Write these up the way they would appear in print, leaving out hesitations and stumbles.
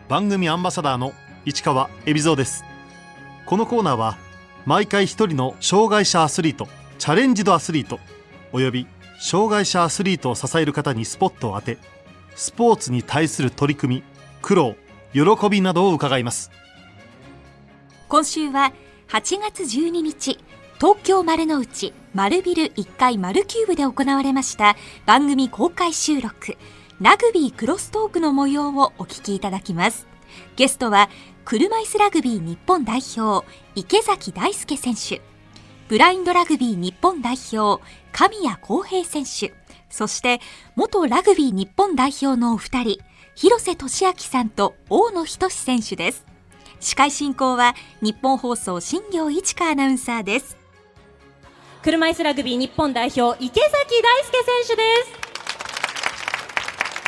番組アンバサダーの市川海老蔵です。このコーナーは毎回一人の障害者アスリート、チャレンジドアスリートおよび障害者アスリートを支える方にスポットを当て、スポーツに対する取り組み、苦労、喜びなどを伺います。 今週は8月12日東京丸の内丸ビル1階丸キューブで行われました番組公開収録ラグビークロストークの模様をお聞きいただきます。ゲストは車椅子ラグビー日本代表池崎大輔選手、ブラインドラグビー日本代表神谷航平選手、そして元ラグビー日本代表のお二人広瀬俊明さんと大野仁選手です。司会進行は日本放送新業一華アナウンサーです。 車椅子ラグビー日本代表池崎大輔選手です。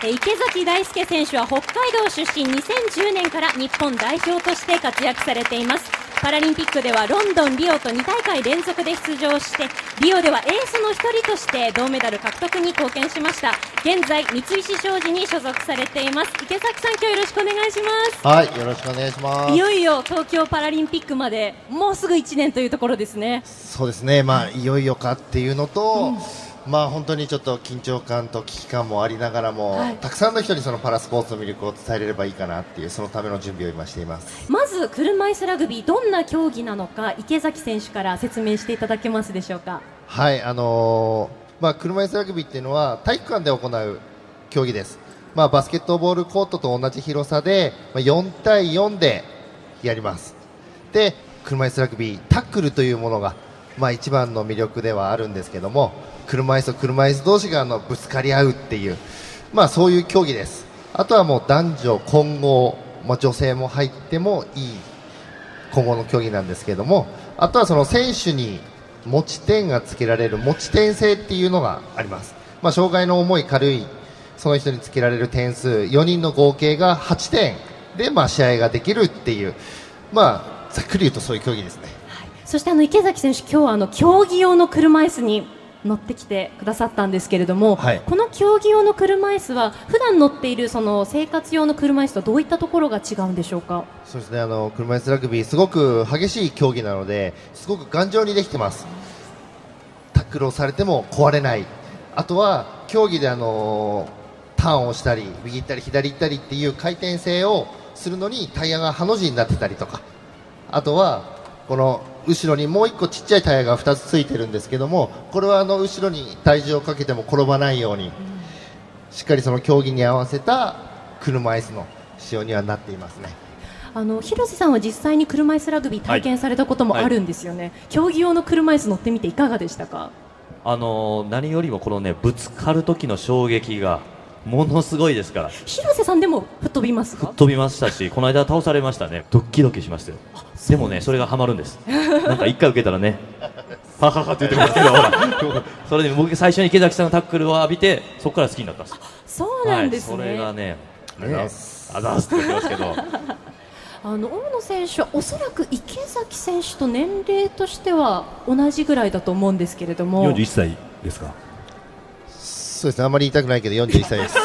池崎大輔選手は北海道出身、2010年から日本代表として活躍されています。パラリンピックではロンドン、リオと2大会連続で出場して、リオではエースの一人として銅メダル獲得に貢献しました。現在三菱商事に所属されています。池崎さん、今日よろしくお願いします。 はい、よろしくお願いします。 いよいよ東京パラリンピックまでもうすぐ1年というところですね。 そうですね、いよいよかっていうのと、本当にちょっと緊張感と危機感もありながらも、たくさんの人にそのパラスポーツの魅力を伝えれればいいかなっていう、そのための準備を今しています。 まず車椅子ラグビー、どんな競技なのか池崎選手から説明していただけますでしょうか。 はい、車椅子ラグビーっていうのは体育館で行う競技です。バスケットボールコートと同じ広さで、4対4でやります。で、車椅子ラグビータックルというものが、一番の魅力ではあるんですけども、車椅子と車椅子同士がぶつかり合うっていう、そういう競技です。あとはもう男女混合、女性も入ってもいい混合の競技なんですけども、あとはその選手に持ち点がつけられる持ち点制っていうのがあります。障害の重い軽いその人につけられる点数4人の合計が8点で試合ができるっていう、ざっくり言うとそういう競技ですね。 そして池崎選手、今日競技用の車椅子に乗ってきてくださったんですけれども、この競技用の車椅子は普段乗っているその生活用の車椅子とどういったところが違うんでしょうか。 そうですね、車椅子ラグビーすごく激しい競技なので、すごく頑丈にできてます。タックルをされても壊れない。あとは競技でターンをしたり右行ったり左行ったりっていう回転性をするのにタイヤがハの字になってたりとか、あとはこの後ろにもう1個ちっちゃいタイヤが2つついてるんですけども、これは後ろに体重をかけても転ばないように、しっかりその競技に合わせた車椅子の仕様にはなっていますね。 広瀬さんは実際に車椅子ラグビー体験されたこともあるんですよね。競技用の車椅子乗ってみていかがでしたか。 何よりもこのね、ぶつかる時の衝撃がものすごいですから。 広瀬さんでも吹っ飛びますか。 吹っ飛びましたし、この間倒されましたね。ドッキドキしましたよ。でもね、それがハマるんです。なんか一回受けたらね、はははって言ってますけど、ほらそれで僕最初に池崎さんのタックルを浴びて、そこから好きになったんです。 そうなんですね。 それがね、あざーすって言ってますけど大野選手はおそらく池崎選手と年齢としては同じぐらいだと思うんですけれども。 41歳ですか。 そうですね、あんまり言いたくないけど41歳です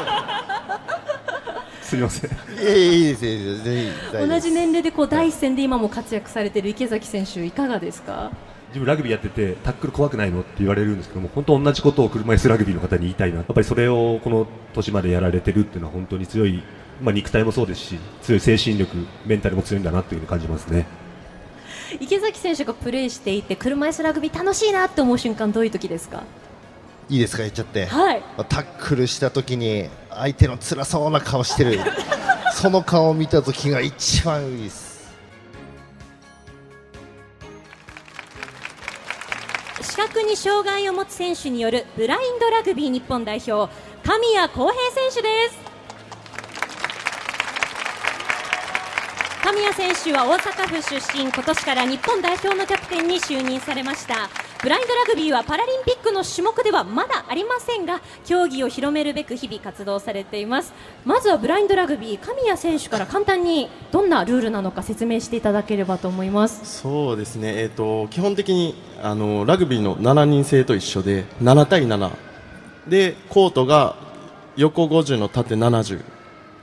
すみません。 いいです。 同じ年齢で第一線で今も活躍されている池崎選手、いかがですか。 自分ラグビーやっててタックル怖くないのって言われるんですけども、本当同じことを車椅子ラグビーの方に言いたいな。やっぱりそれをこの年までやられてるっていうのは本当に強い、肉体もそうですし、強い精神力、メンタルも強いんだなというふうに感じますね。 池崎選手がプレーしていて車椅子ラグビー楽しいなって思う瞬間、どういう時ですか。 いいですか、言っちゃって、 はい、 タックルした時に相手の辛そうな顔してるその顔を見た時が一番いいです。 視覚に障害を持つ選手によるブラインドラグビー日本代表神谷航平選手です。神谷選手は大阪府出身、今年から日本代表のキャプテンに就任されました。ブラインドラグビーはパラリンピックの種目ではまだありませんが、競技を広めるべく日々活動されています。まずはブラインドラグビー、神谷選手から簡単にどんなルールなのか説明していただければと思います。 そうですね、基本的にラグビーの7人制と一緒で7対7で、コートが横50の縦70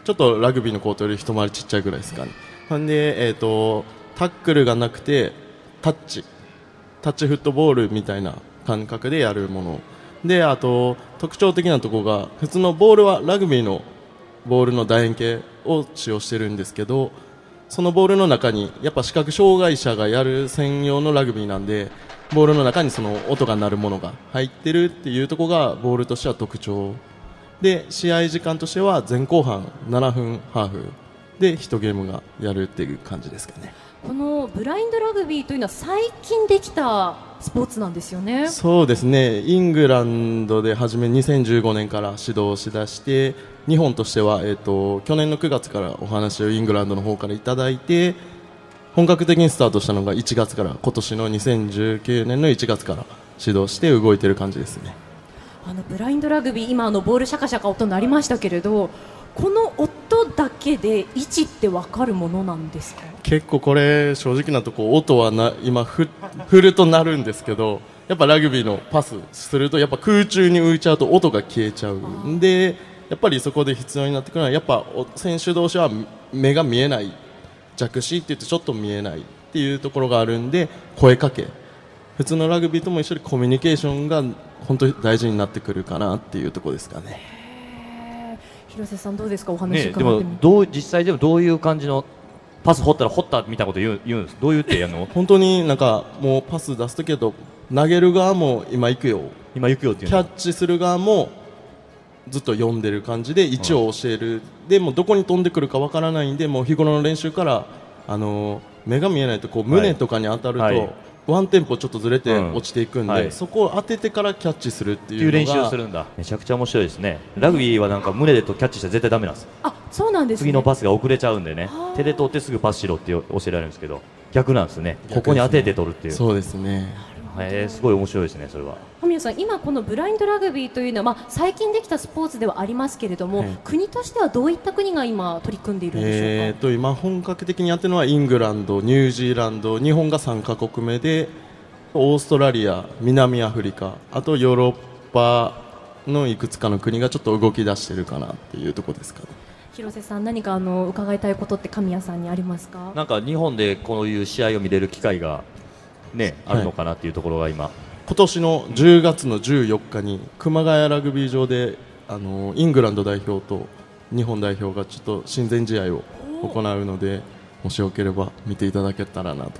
ちょっとラグビーのコートより一回りちっちゃいぐらいですかね。なんで、タックルがなくてタッチフットボールみたいな感覚でやるもので、あと特徴的なところが普通のボールはラグビーのボールの楕円形を使用してるんですけど、そのボールの中にやっぱ視覚障害者がやる専用のラグビーなんで、ボールの中にその音が鳴るものが入ってるっていうところがボールとしては特徴で、試合時間としては前後半7分ハーフで1ゲームがやるっていう感じですかね。 このブラインドラグビーというのは最近できたスポーツなんですよね。 そうですね、イングランドで初め2015年から指導しだして、日本としては、去年の9月からお話をイングランドの方からいただいて、本格的にスタートしたのが1月から、今年の2019年の1月から指導して動いている感じですね。 ブラインドラグビー、今ボールシャカシャカ音鳴りましたけれど、この音だけで位置って分かるものなんですか？ 結構これ正直なところ、音は今振ると鳴るんですけど、やっぱラグビーのパスするとやっぱ空中に浮いちゃうと音が消えちゃうんで、やっぱりそこで必要になってくるのはやっぱ選手同士は目が見えない、弱視って言ってちょっと見えないっていうところがあるんで、声かけ、普通のラグビーとも一緒にコミュニケーションが本当に大事になってくるかなっていうところですかね。 広瀬さんどうですか、お話伺ってみて。 でも実際でもどういう感じのパス掘ったら掘ったみたいなこと言うんです。どう言ってやるの？ 本当になんかもうパス出すときだと投げる側も今行くよっていうキャッチする側もずっと読んでる感じで位置を教える、でもどこに飛んでくるかわからないんで、もう日頃の練習から目が見えないとこう胸とかに当たると、はいワンテンポちょっとずれて落ちていくんで、はい、そこを当ててからキャッチするっていうのが練習をするんだ。めちゃくちゃ面白いですね。ラグビーはなんか胸でとキャッチしたら絶対ダメなんです。 あ、そうなんですね。 次のパスが遅れちゃうんでね、手で取ってすぐパスしろって教えられるんですけど、逆なんですね。ここに当てて取るっていう。 そうですね。 すごい面白いですね、それは。 小宮さん、今このブラインドラグビーというのは、最近できたスポーツではありますけれども、国としてはどういった国が今取り組んでいるんでしょうか？ 今本格的にやってるのはイングランド、ニュージーランド、日本が3カ国目で、オーストラリア、南アフリカ、あとヨーロッパのいくつかの国がちょっと動き出しているかなっていうところですかね。 広瀬さん、何か伺いたいことって神谷さんにありますか？ なんか日本でこういう試合を見れる機会が、ね、あるのかなっていうところが今年の10月の14日に熊谷ラグビー場でイングランド代表と日本代表がちょっと親善試合を行うので、もしよければ見ていただけたらなと。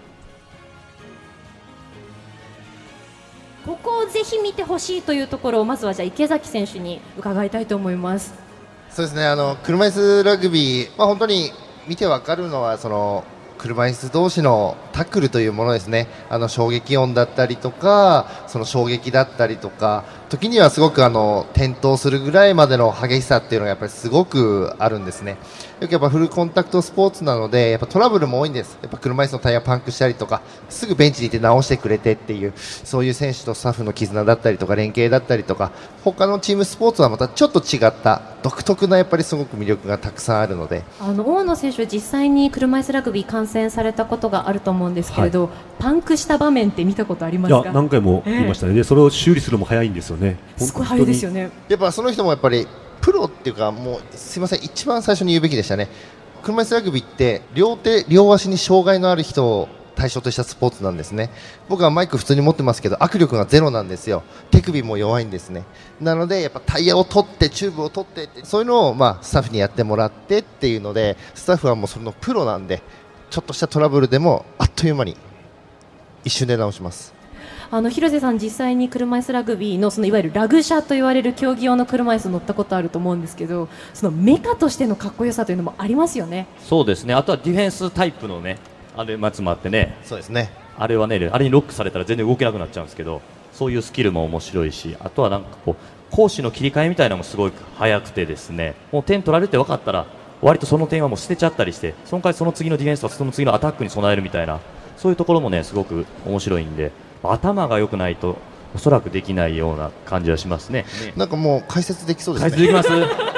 ここをぜひ見てほしいというところを、まずはじゃあ池崎選手に伺いたいと思います。 そうですね、車椅子ラグビー、本当に見てわかるのは車椅子同士のタックルというものですね。衝撃音だったりとか、その衝撃だったりとか、時にはすごく転倒するぐらいまでの激しさっていうのがやっぱりすごくあるんですね。よくやっぱフルコンタクトスポーツなので、やっぱトラブルも多いんです。やっぱ車椅子のタイヤパンクしたりとか、すぐベンチにいて直してくれてっていう、そういう選手とスタッフの絆だったりとか連携だったりとか、他のチームスポーツはまたちょっと違った独特なやっぱりすごく魅力がたくさんあるので、 大野選手は実際に車椅子ラグビー観戦されたことがあると思うんですけれど、パンクした場面って見たことありますか？ いや、何回も見ましたね。でそれを修理するのも早いんですよね。 すごい早いですよね。 やっぱその人もやっぱりプロっていうか、もうすいません、一番最初に言うべきでしたね。車椅子ラグビーって両手両足に障害のある人を対象としたスポーツなんですね。僕はマイク普通に持ってますけど、握力がゼロなんですよ。手首も弱いんですね。なのでやっぱタイヤを取ってチューブを取ってって、そういうのをスタッフにやってもらってっていうので、スタッフはもうそのプロなんで、ちょっとしたトラブルでもあっという間に一瞬で直します。 広瀬さん、実際に車椅子ラグビーのいわゆるラグ車と言われる競技用の車椅子乗ったことあると思うんですけど、そのメカとしてのかっこよさというのもありますよね。 そうですね。あとはディフェンスタイプのね、あれ松もあってね。 そうですね。 あれはね、あれにロックされたら全然動けなくなっちゃうんですけど、そういうスキルも面白いし、あとはなんかこう攻守の切り替えみたいなのもすごい速くてですね、もう点取られるって分かったら割とその点はもう捨てちゃったりして、その代わりその次のディフェンスとその次のアタックに備えるみたいな、そういうところもねすごく面白いんで、頭が良くないとおそらくできないような感じはしますね。 なんかもう解説できそうですね。 解説できます。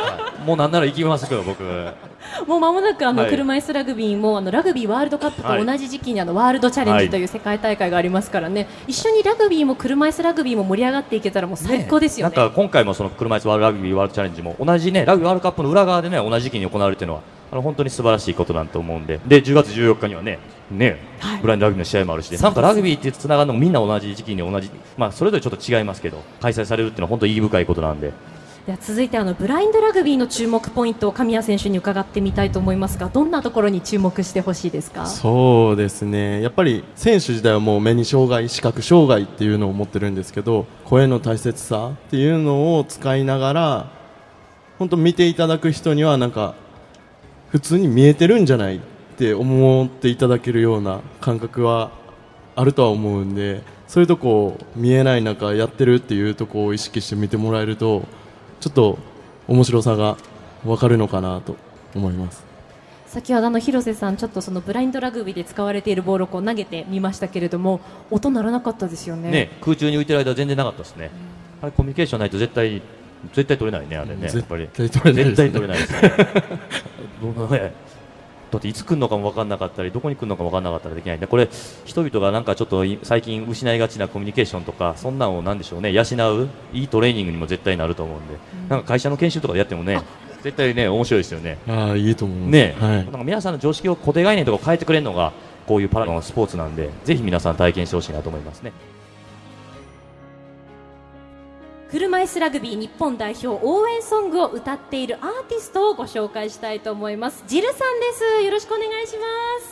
もうなんなら行きますけど僕。 もう間もなくはい車椅子ラグビーもラグビーワールドカップと同じ時期にワールドチャレンジという世界大会がありますからね、一緒にラグビーも車椅子ラグビーも盛り上がっていけたらもう最高ですよね。 なんか今回もその車椅子ラグビーワールドチャレンジも同じねラグビーワールドカップの裏側でね同じ時期に行われるというのは本当に素晴らしいことなんと思うんで、で10月14日にはねブラインドラグビーの試合もあるし、なんかラグビーってつながるのもみんな同じ時期に同じ、まあそれぞれちょっと違いますけど開催されるっていうのは本当に意義深いことなんで。 では続いてブラインドラグビーの注目ポイントを神谷選手に伺ってみたいと思いますが、どんなところに注目してほしいですか？ そうですね、やっぱり選手自体はもう目に障害、視覚障害っていうのを持ってるんですけど、声の大切さっていうのを使いながら本当見ていただく人にはなんか普通に見えてるんじゃないって思っていただけるような感覚はあるとは思うんで、そういうとこを見えない中やってるっていうところを意識して見てもらえるとちょっと面白さが分かるのかなと思います。 先ほど広瀬さんちょっとそのブラインドラグビーで使われているボールをこう投げてみましたけれども、音鳴らなかったですよね。 ね、空中に浮いてる間は全然なかったですね。あれコミュニケーションないと絶対取れないね、あれね。やっぱり絶対取れないですね。 絶対取れないですね。僕ねだっていつ来るのかも分からなかったりどこに来るのかも分からなかったらできないんで、これ人々がなんかちょっと最近失いがちなコミュニケーションとかそんなのをなんでしょうね養ういいトレーニングにも絶対なると思うんで、なんか会社の研修とかでやってもね絶対ね面白いですよね。 ああいいと思いますね、 はい、 なんか皆さんの常識を固定概念とかを変えてくれるのがこういうパラのスポーツなんで、ぜひ皆さん体験してほしいなと思いますね。 車椅子ラグビー日本代表応援ソングを歌っているアーティストをご紹介したいと思います。ジルさんです。よろしくお願いします。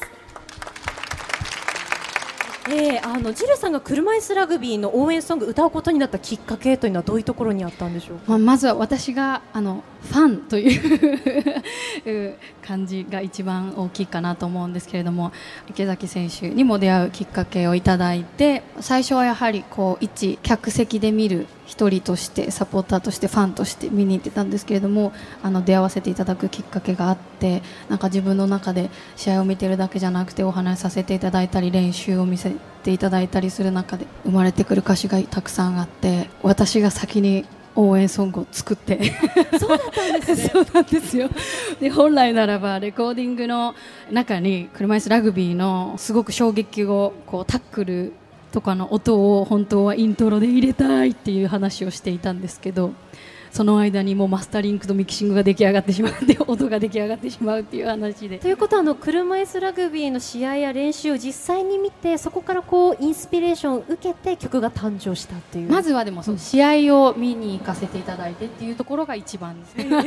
ジルさんが車椅子ラグビーの応援ソングを歌うことになったきっかけというのはどういうところにあったんでしょうか？ まずは私がファンという感じが一番大きいかなと思うんですけれども、池崎選手にも出会うきっかけをいただいて、最初はやはり一客席で見る一人としてサポーターとしてファンとして見に行ってたんですけれども、出会わせていただくきっかけがあって、なんか自分の中で試合を見てるだけじゃなくてお話しさせていただいたり練習を見せていただいたりする中で生まれてくる歌詞がたくさんあって、私が先に応援ソングを作ってそうだったんですね。 そうなんですよ。で本来ならばレコーディングの中に車椅子ラグビーのすごく衝撃をタックルとかの音を本当はイントロで入れたいっていう話をしていたんですけど、その間にもうマスタリングとミキシングが出来上がってしまって音が出来上がってしまうっていう話で。 ということは車椅子ラグビーの試合や練習を実際に見て、そこからインスピレーションを受けて曲が誕生したっていう。 まずはでも試合を見に行かせていただいてっていうところが一番ですね。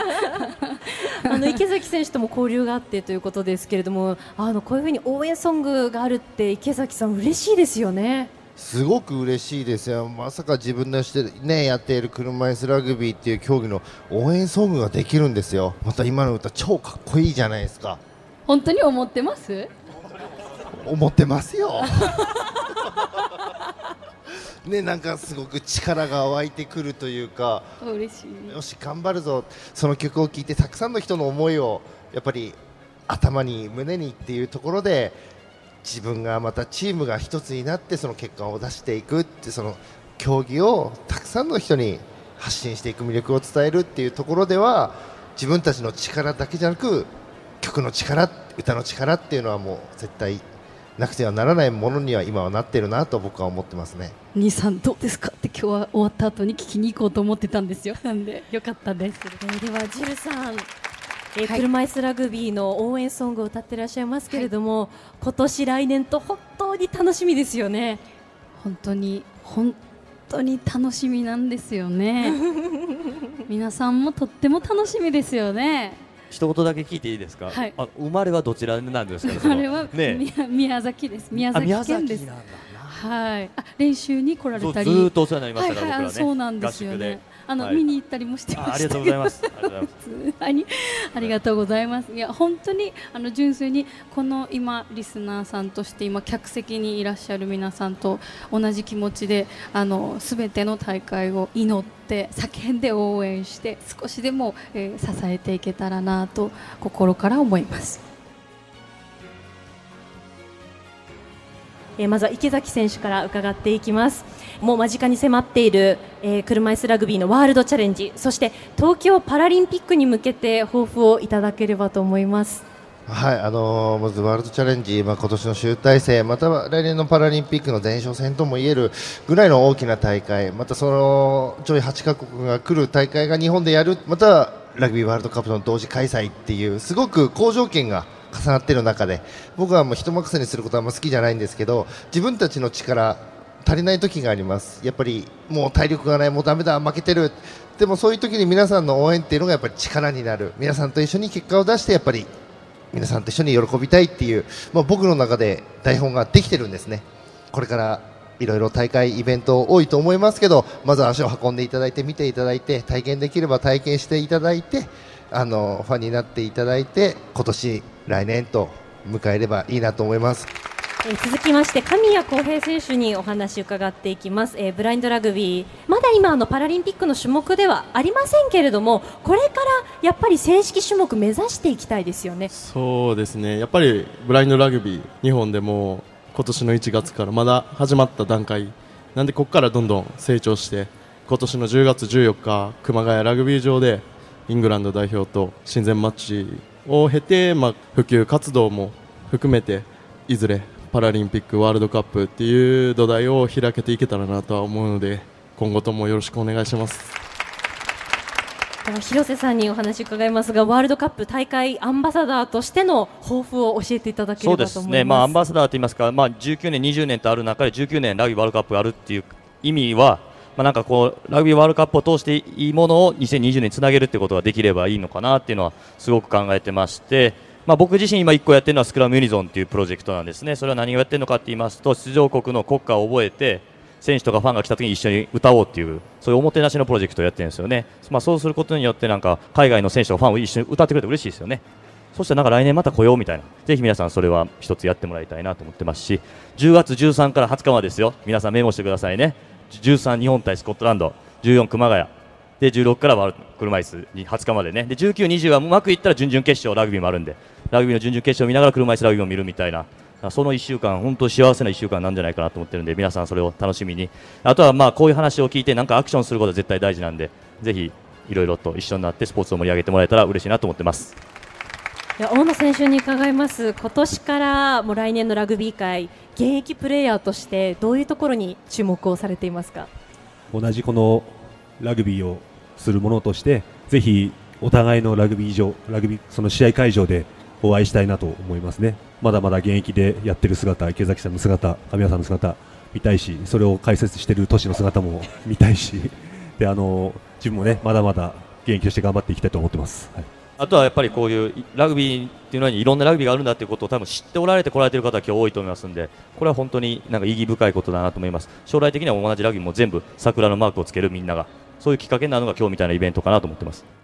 池崎選手とも交流があってということですけれども、こういうふうに応援ソングがあるって池崎さん嬉しいですよね。 すごく嬉しいですよ。まさか自分でやっている車椅子ラグビーっていう競技の応援ソングができるんですよ。また今の歌超かっこいいじゃないですか。 本当に思ってます？ 思ってますよ。ね、なんかすごく力が湧いてくるというか、 嬉しい。 よし頑張るぞ。その曲を聴いてたくさんの人の思いをやっぱり頭に胸にっていうところで、自分がまたチームが一つになってその結果を出していくって、その競技をたくさんの人に発信していく魅力を伝えるっていうところでは、自分たちの力だけじゃなく曲の力、歌の力っていうのはもう絶対なくてはならないものには今はなっているなと僕は思ってますね。 兄さんどうですかって今日は終わった後に聞きに行こうと思ってたんですよ。なんでよかったです。 ではジルさん、車椅子ラグビーの応援ソングを歌っていらっしゃいますけれども、今年来年と本当に楽しみですよね。 本当に楽しみなんですよね。皆さんもとっても楽しみですよね。 一言だけ聞いていいですか？ はい。 生まれはどちらなんですか？ 生まれは、 ね、 宮崎です。宮崎県です。はい。練習に来られたり、 ずっとお世話になりましたから、僕らね。 そうなんですよね。見に行ったりもしてました。 ありがとうございます。 ありがとうございます。いや本当に純粋にこの今リスナーさんとして今客席にいらっしゃる皆さんと同じ気持ちですべての大会を祈って叫んで応援して少しでも、支えていけたらなと心から思います。 まずは池崎選手から伺っていきます。もう間近に迫っている、車椅子ラグビーのワールドチャレンジ、そして東京パラリンピックに向けて抱負をいただければと思います。 はい、まずワールドチャレンジ、今年の集大成、または来年のパラリンピックの前哨戦ともいえるぐらいの大きな大会、またその上位8カ国が来る大会が日本でやる、またはラグビーワールドカップの同時開催っていうすごく好条件が重なっている中で、僕はもう人任せにすることはあんま好きじゃないんですけど、自分たちの力足りない時があります。やっぱりもう体力がない、もうダメだ、負けてる。でもそういう時に皆さんの応援っていうのがやっぱり力になる。皆さんと一緒に結果を出してやっぱり皆さんと一緒に喜びたいっていう、僕の中で台本ができてるんですね。これからいろいろ大会イベント多いと思いますけど、まずは足を運んでいただいて見ていただいて、体験できれば体験していただいて、ファンになっていただいて、今年来年と迎えればいいなと思います。 続きまして神谷航平選手にお話を伺っていきます。ブラインドラグビー、まだ今パラリンピックの種目ではありませんけれども、これからやっぱり正式種目目指していきたいですよね。 そうですね、やっぱりブラインドラグビー日本でも今年の1月からまだ始まった段階なんで、ここからどんどん成長して今年の10月14日熊谷ラグビー場でイングランド代表と親善マッチを経て、普及活動も含めていずれパラリンピックワールドカップっていう土台を開けていけたらなとは思うので、今後ともよろしくお願いします。 では広瀬さんにお話を伺いますが、ワールドカップ大会アンバサダーとしての抱負を教えていただければと思います。 そうですね、アンバサダーといいますか、19年20年とある中で19年ラグビーワールドカップがあるっていう意味は、なんかこうラグビーワールドカップを通していいものを2020年につなげるってことができればいいのかなっていうのはすごく考えてまして、僕自身今1個やってるのはスクラムユニゾンというプロジェクトなんですね。それは何をやってるのかと言いますと、出場国の国歌を覚えて選手とかファンが来た時に一緒に歌おうっていう、そういうおもてなしのプロジェクトをやってるんですよね。そうすることによってなんか海外の選手とかファンを一緒に歌ってくれて嬉しいですよね。そしてなんか来年また来ようみたいな、ぜひ皆さんそれは一つやってもらいたいなと思ってますし、10月13から20日までですよ。皆さんメモしてくださいね。13日本対スコットランド、14熊谷で、16からは車椅子に20日までね。で19、20はうまくいったら準々決勝ラグビーもあるんで、ラグビーの準々決勝を見ながら車椅子ラグビーを見るみたいな、その1週間本当に幸せな1週間なんじゃないかなと思ってるんで、皆さんそれを楽しみに、あとはこういう話を聞いてなんかアクションすることは絶対大事なんで、ぜひいろいろと一緒になってスポーツを盛り上げてもらえたら嬉しいなと思ってます。 大野選手に伺います。今年からもう来年のラグビー界、現役プレーヤーとしてどういうところに注目をされていますか？ 同じこのラグビーをするものとして、ぜひお互いのラグビー場、その試合会場でお会いしたいなと思いますね。まだまだ現役でやってる姿、池崎さんの姿、神谷さんの姿見たいし、それを解説している都市の姿も見たいし、で自分もね、まだまだ現役として頑張っていきたいと思ってます。はい、 あとはやっぱりこういうラグビーっていうのにいろんなラグビーがあるんだということを多分知っておられてこられている方は今日多いと思いますので、これは本当になんか意義深いことだなと思います。将来的には同じラグビーも全部桜のマークをつける、みんながそういうきっかけになるのが今日みたいなイベントかなと思ってます。